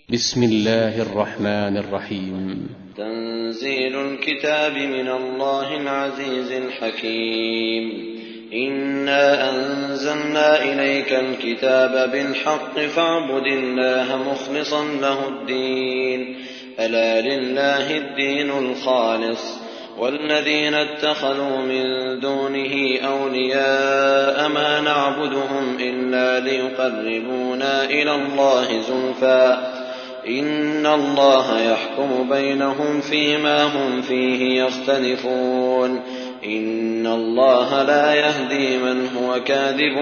بسم الله الرحمن الرحيم. تنزيل الكتاب من الله العزيز الحكيم. إنا أنزلنا إليك الكتاب بالحق فاعبد الله مخلصا له الدين ألا لله الدين الخالص والذين اتخذوا من دونه أولياء ما نعبدهم إلا ليقربونا إلى الله زلفى إن الله يحكم بينهم فيما هم فيه يختلفون إن الله لا يهدي من هو كاذب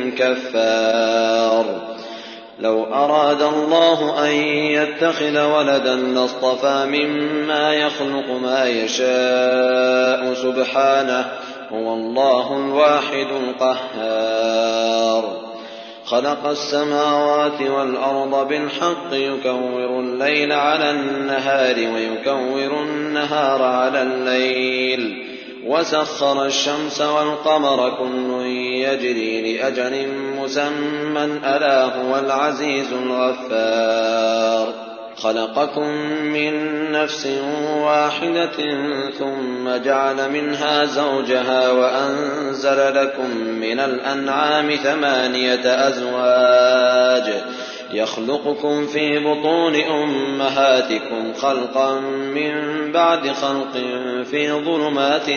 كفار. لو أراد الله أن يتخذ ولدا لاصطفى مما يخلق ما يشاء سبحانه هو الله الواحد القهار. خلق السماوات والأرض بالحق يكور الليل على النهار ويكور النهار على الليل وسخر الشمس والقمر كل يجري لأجل مسمى ألا هو العزيز الغفار. خلقكم من نفس واحدة ثم جعل منها زوجها وأنزل لكم من الأنعام 8 أزواج يخلقكم في بطون أمهاتكم خلقا من بعد خلق في ظلمات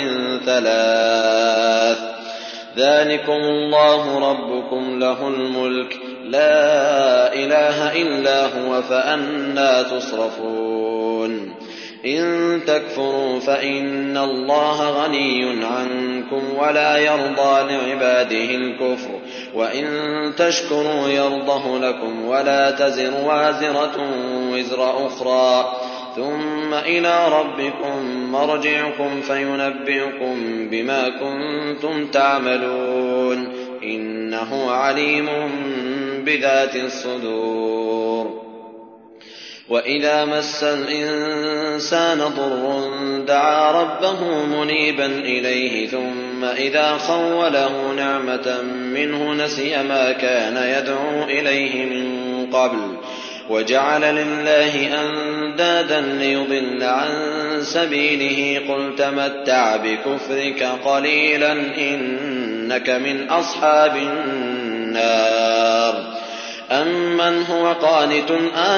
3 ذلكم الله ربكم له الملك لا إله إلا هو فأنى تصرفون. إن تكفروا فإن الله غني عنكم ولا يرضى لعباده الكفر وإن تشكروا يرضه لكم ولا تزر وازرة وزر أخرى ثم إلى ربكم مرجعكم فينبئكم بما كنتم تعملون إنه عليم بذات الصدور. وإذا مس الإنسان ضر دعا ربه منيبا إليه ثم إذا خوله نعمة منه نسي ما كان يدعو إليه من قبل وجعل لله أندادا ليضل عن سبيله قل تمتع بكفرك قليلا إنك من أصحاب النار. أمن هو قانت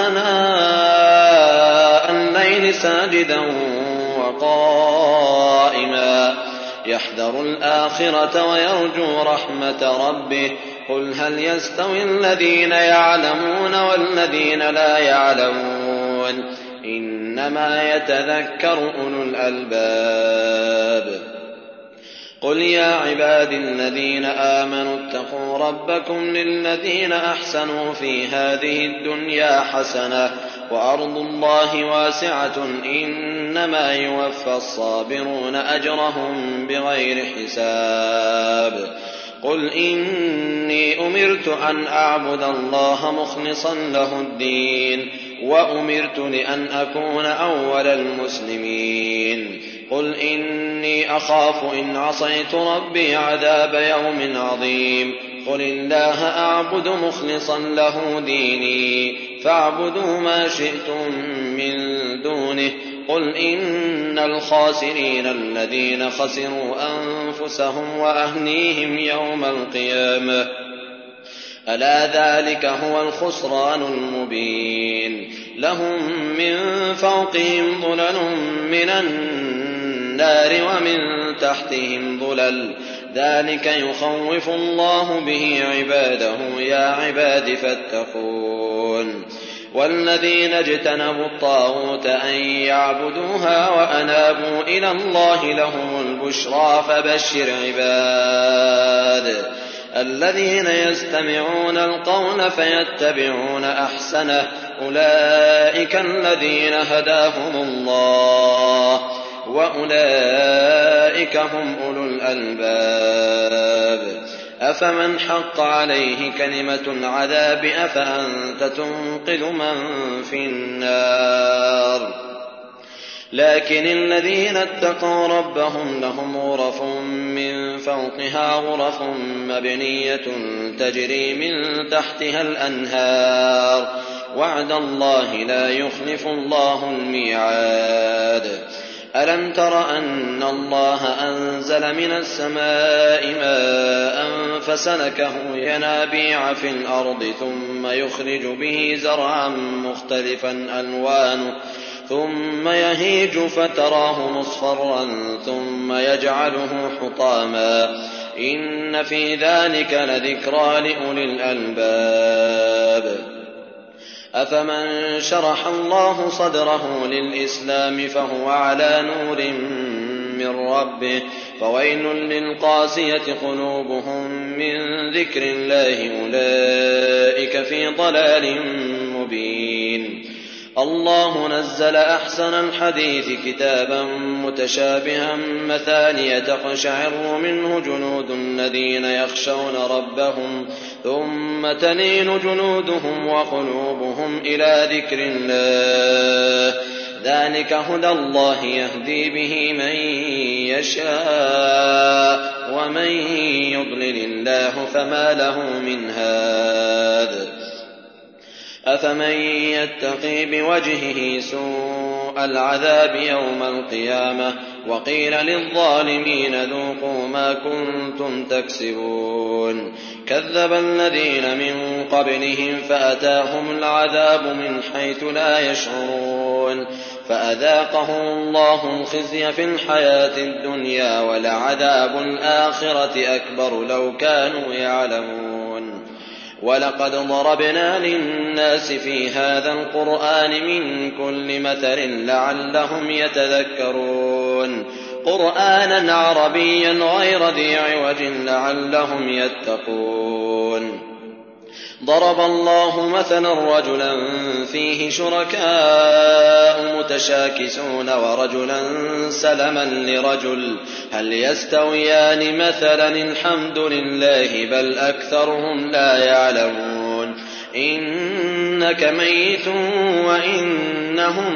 آناء الليل ساجدا وقائما يحذر الآخرة ويرجو رحمة ربه قل هل يستوي الذين يعلمون والذين لا يعلمون إنما يتذكر أولو الألباب. قل يا عبادي الذين آمنوا اتقوا ربكم للذين أحسنوا في هذه الدنيا حسنة وأرض الله واسعة إنما يوفى الصابرون أجرهم بغير حساب. قل إني أمرت أن أعبد الله مخلصا له الدين وأمرت لأن أكون أول المسلمين. قل إني أخاف إن عصيت ربي عذاب يوم عظيم. قل الله أعبد مخلصا له ديني فاعبدوا ما شئتم من دونه. قل إن الخاسرين الذين خسروا أنفسهم وأهليهم يوم القيامة ألا ذلك هو الخسران المبين. لهم من فوقهم ظلل من النار ومن تحتهم ظلل ذلك يخوف الله به عباده يا عباد فاتقون. والذين اجتنبوا الطاغوت أن يعبدوها وأنابوا إلى الله لهم البشرى فبشر عباد الذين يستمعون القول فيتبعون أحسنه أولئك الذين هداهم الله وأولئك هم أولو الألباب. أفمن حق عليه كلمة العذاب أفأنت تنقذ من في النار. لكن الذين اتقوا ربهم لهم غرف من فوقها غرف مبنية تجري من تحتها الأنهار وعد الله لا يخلف الله الميعاد. ألم تر أن الله أنزل من السماء ماء فسلكه ينابيع في الأرض ثم يخرج به زرعا مختلفا ألوانه ثم يهيج فتراه مصفرا ثم يجعله حطاما إن في ذلك لذكرى لأولي الألباب. أفمن شرح الله صدره للإسلام فهو على نور من ربه فويل للقاسية قلوبهم من ذكر الله أولئك في ضلال مبين. الله نزل أحسن الحديث كتابا متشابها مثانية تقشعر منه جلود الذين يخشون ربهم ثم تلين جلودهم وقلوبهم إلى ذكر الله ذلك هدى الله يهدي به من يشاء ومن يضلل الله فما له من هاد. أفمن يتقي بوجهه سوء العذاب يوم القيامة وقيل للظالمين ذوقوا ما كنتم تكسبون. كذب الذين من قبلهم فأتاهم العذاب من حيث لا يشعرون فأذاقهم الله الخزي في الحياة الدنيا ولعذاب الآخرة أكبر لو كانوا يعلمون. ولقد ضربنا للناس في هذا القرآن من كل مثل لعلهم يتذكرون قرآنا عربيا غير ذي عوج لعلهم يتقون. ضرب الله مثلا رجلا فيه شركاء متشاكسون ورجلا سلما لرجل هل يستويان مثلا الحمد لله بل أكثرهم لا يعلمون. إنك ميت وإنهم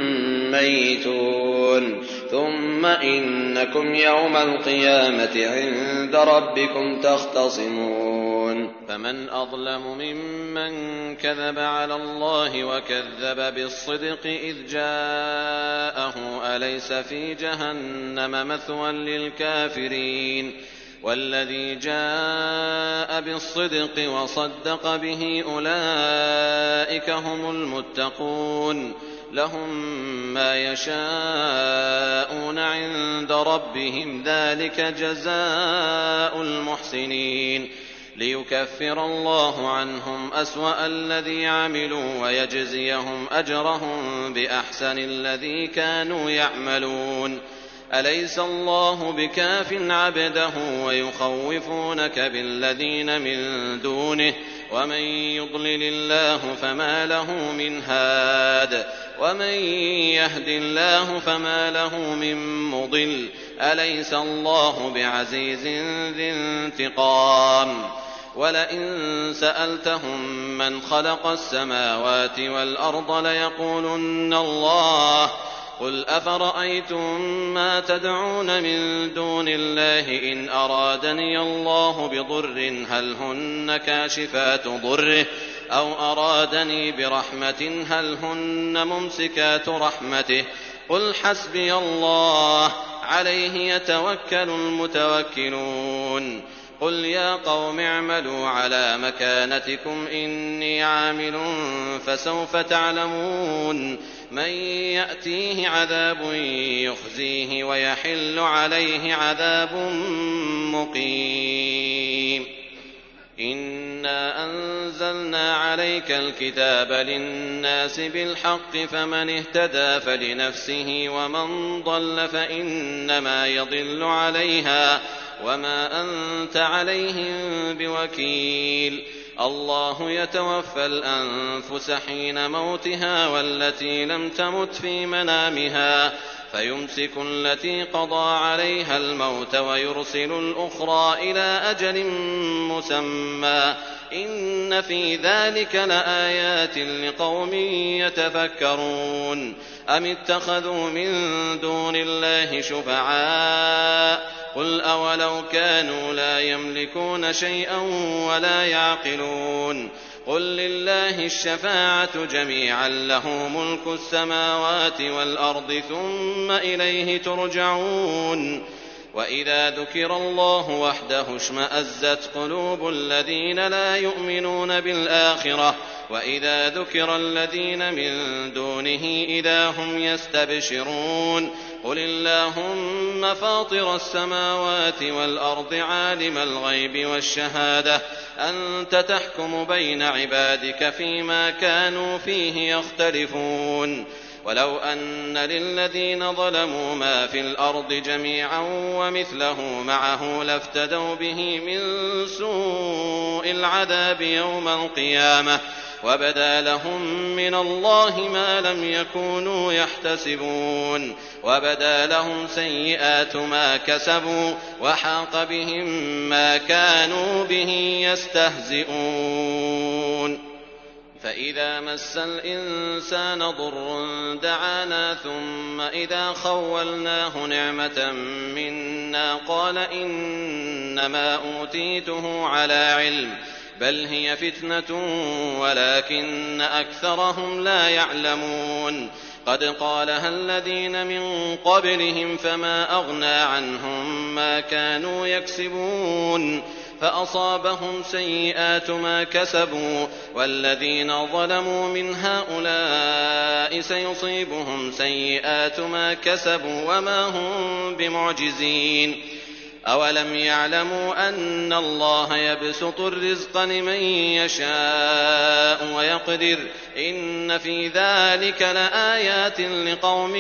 ميتون ثم إنكم يوم القيامة عند ربكم تختصمون. فمن أظلم ممن كذب على الله وكذب بالصدق إذ جاءه أليس في جهنم مثوى للكافرين والذي جاء بالصدق وصدق به أولئك هم المتقون لهم ما يشاءون عند ربهم ذلك جزاء المحسنين ليكفر الله عنهم أسوأ الذي عملوا ويجزيهم أجرهم بأحسن الذي كانوا يعملون. أليس الله بكاف عبده ويخوفونك بالذين من دونه ومن يضلل الله فما له من هاد ومن يهد الله فما له من مضل. أليس الله بعزيز ذي انتقام. ولئن سألتهم من خلق السماوات والأرض ليقولن الله قل أفرأيتم ما تدعون من دون الله إن أرادني الله بضر هل هن كاشفات ضره أو أرادني برحمة هل هن ممسكات رحمته قل حسبي الله عليه يتوكل المتوكلون. قل يا قوم اعملوا على مكانتكم إني عامل فسوف تعلمون من يأتيه عذاب يخزيه ويحل عليه عذاب مقيم. إنا أنزلنا عليك الكتاب للناس بالحق فمن اهتدى فلنفسه ومن ضل فإنما يضل عليها وما أنت عليهم بوكيل. الله يتوفى الأنفس حين موتها والتي لم تمت في منامها فيمسك التي قضى عليها الموت ويرسل الأخرى إلى أجل مسمى إن في ذلك لآيات لقوم يتفكرون. أم اتخذوا من دون الله شفعاء قل أولو كانوا لا يملكون شيئا ولا يعقلون قل لله الشفاعة جميعا له ملك السماوات والأرض ثم إليه ترجعون وإذا ذكر الله وحده اشمأزت قلوب الذين لا يؤمنون بالآخرة وإذا ذكر الذين من دونه إذا هم يستبشرون قل اللهم فاطر السماوات والأرض عالم الغيب والشهادة أنت تحكم بين عبادك فيما كانوا فيه يختلفون ولو أن للذين ظلموا ما في الأرض جميعا ومثله معه لافتدوا به من سوء العذاب يوم القيامة وبدا لهم من الله ما لم يكونوا يحتسبون وبدا لهم سيئات ما كسبوا وحاق بهم ما كانوا به يستهزئون فإذا مس الإنسان ضر دعانا ثم إذا خولناه نعمة منا قال إنما أوتيته على علم بل هي فتنة ولكن أكثرهم لا يعلمون قد قالها الذين من قبلهم فما أغنى عنهم ما كانوا يكسبون فأصابهم سيئات ما كسبوا والذين ظلموا من هؤلاء سيصيبهم سيئات ما كسبوا وما هم بمعجزين أولم يعلموا أن الله يبسط الرزق لمن يشاء ويقدر إن في ذلك لآيات لقوم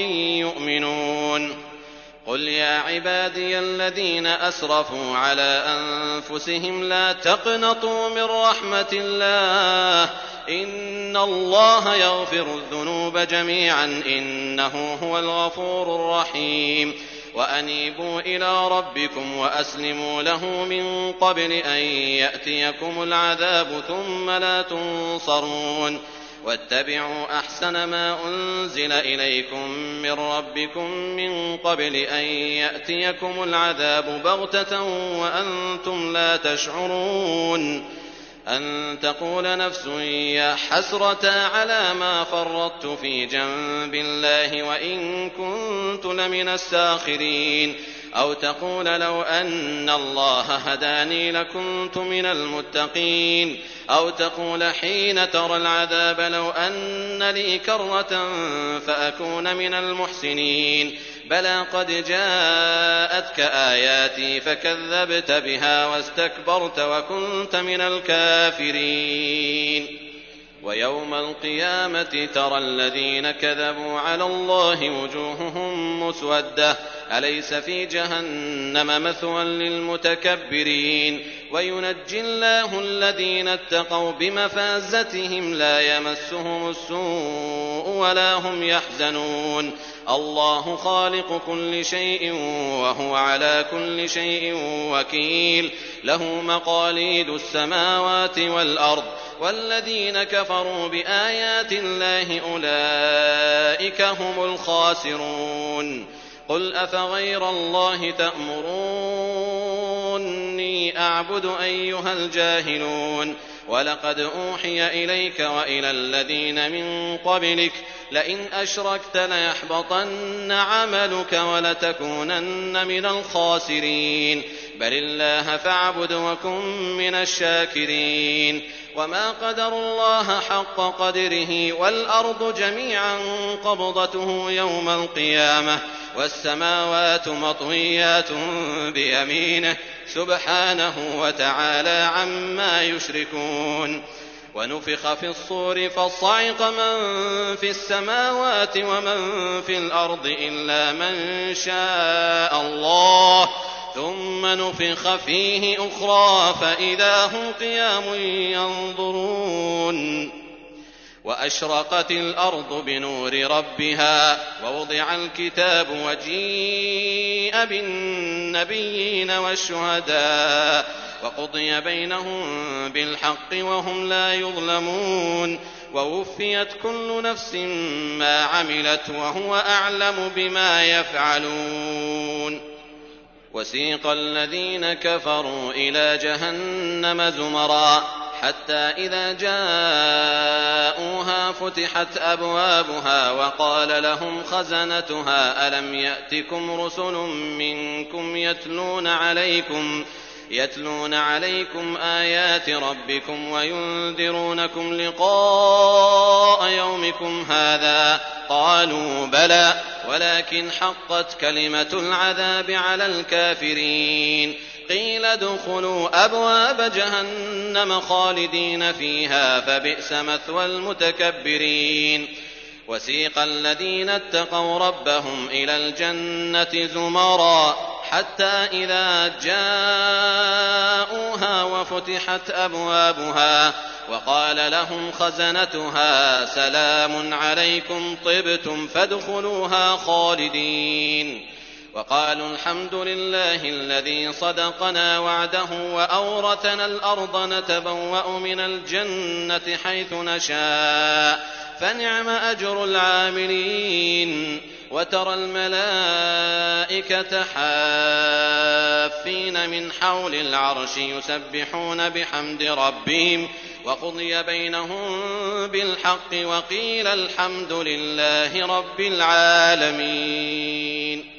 يؤمنون قل يا عبادي الذين أسرفوا على أنفسهم لا تقنطوا من رحمة الله إن الله يغفر الذنوب جميعا إنه هو الغفور الرحيم وأنيبوا إلى ربكم وأسلموا له من قبل أن يأتيكم العذاب ثم لا تنصرون واتبعوا أحسن ما أنزل إليكم من ربكم من قبل أن يأتيكم العذاب بغتة وأنتم لا تشعرون أن تقول نفس يا حسرة على ما فرطت في جنب الله وإن كنت لمن الساخرين أو تقول لو أن الله هداني لكنت من المتقين أو تقول حين ترى العذاب لو أن لي كرة فأكون من المحسنين بلى قد جاءتك آياتي فكذبت بها واستكبرت وكنت من الكافرين ويوم القيامة ترى الذين كذبوا على الله وجوههم مسودة أليس في جهنم مثوى للمتكبرين وينجي الله الذين اتقوا بمفازتهم لا يمسهم السوء ولا هم يحزنون الله خالق كل شيء وهو على كل شيء وكيل له مقاليد السماوات والأرض والذين كفروا بآيات الله أولئك هم الخاسرون قل أفغير الله تأمروني أعبد أيها الجاهلون ولقد أوحي إليك وإلى الذين من قبلك لئن أشركت ليحبطن عملك ولتكونن من الخاسرين بل الله فاعبد وكن من الشاكرين وما قدروا الله حق قدره والأرض جميعا قبضته يوم القيامة والسماوات مطويات بيمينه سبحانه وتعالى عما يشركون ونفخ في الصور فصعق من في السماوات ومن في الأرض إلا من شاء الله ثم نفخ فيه أخرى فإذا هم قيام ينظرون وأشرقت الأرض بنور ربها ووضع الكتاب وجيء بالنبيين والشهداء وقضي بينهم بالحق وهم لا يظلمون ووفيت كل نفس ما عملت وهو أعلم بما يفعلون وسيق الذين كفروا إلى جهنم زمرا حتى إذا جاءوها فتحت أبوابها وقال لهم خزنتها ألم يأتكم رسل منكم يتلون عليكم آيات ربكم وينذرونكم لقاء يومكم هذا قالوا بلى ولكن حقت كلمة العذاب على الكافرين قيل ادخلوا أبواب جهنم خالدين فيها فبئس مثوى المتكبرين وسيق الذين اتقوا ربهم إلى الجنة زمرا حتى إذا جاءوها وفتحت أبوابها وقال لهم خزنتها سلام عليكم طبتم فادخلوها خالدين وقالوا الحمد لله الذي صدقنا وعده وأورثنا الأرض نتبوأ من الجنة حيث نشاء فنعم أجر العاملين وترى الملائكة حافين من حول العرش يسبحون بحمد ربهم وقضي بينهم بالحق وقيل الحمد لله رب العالمين.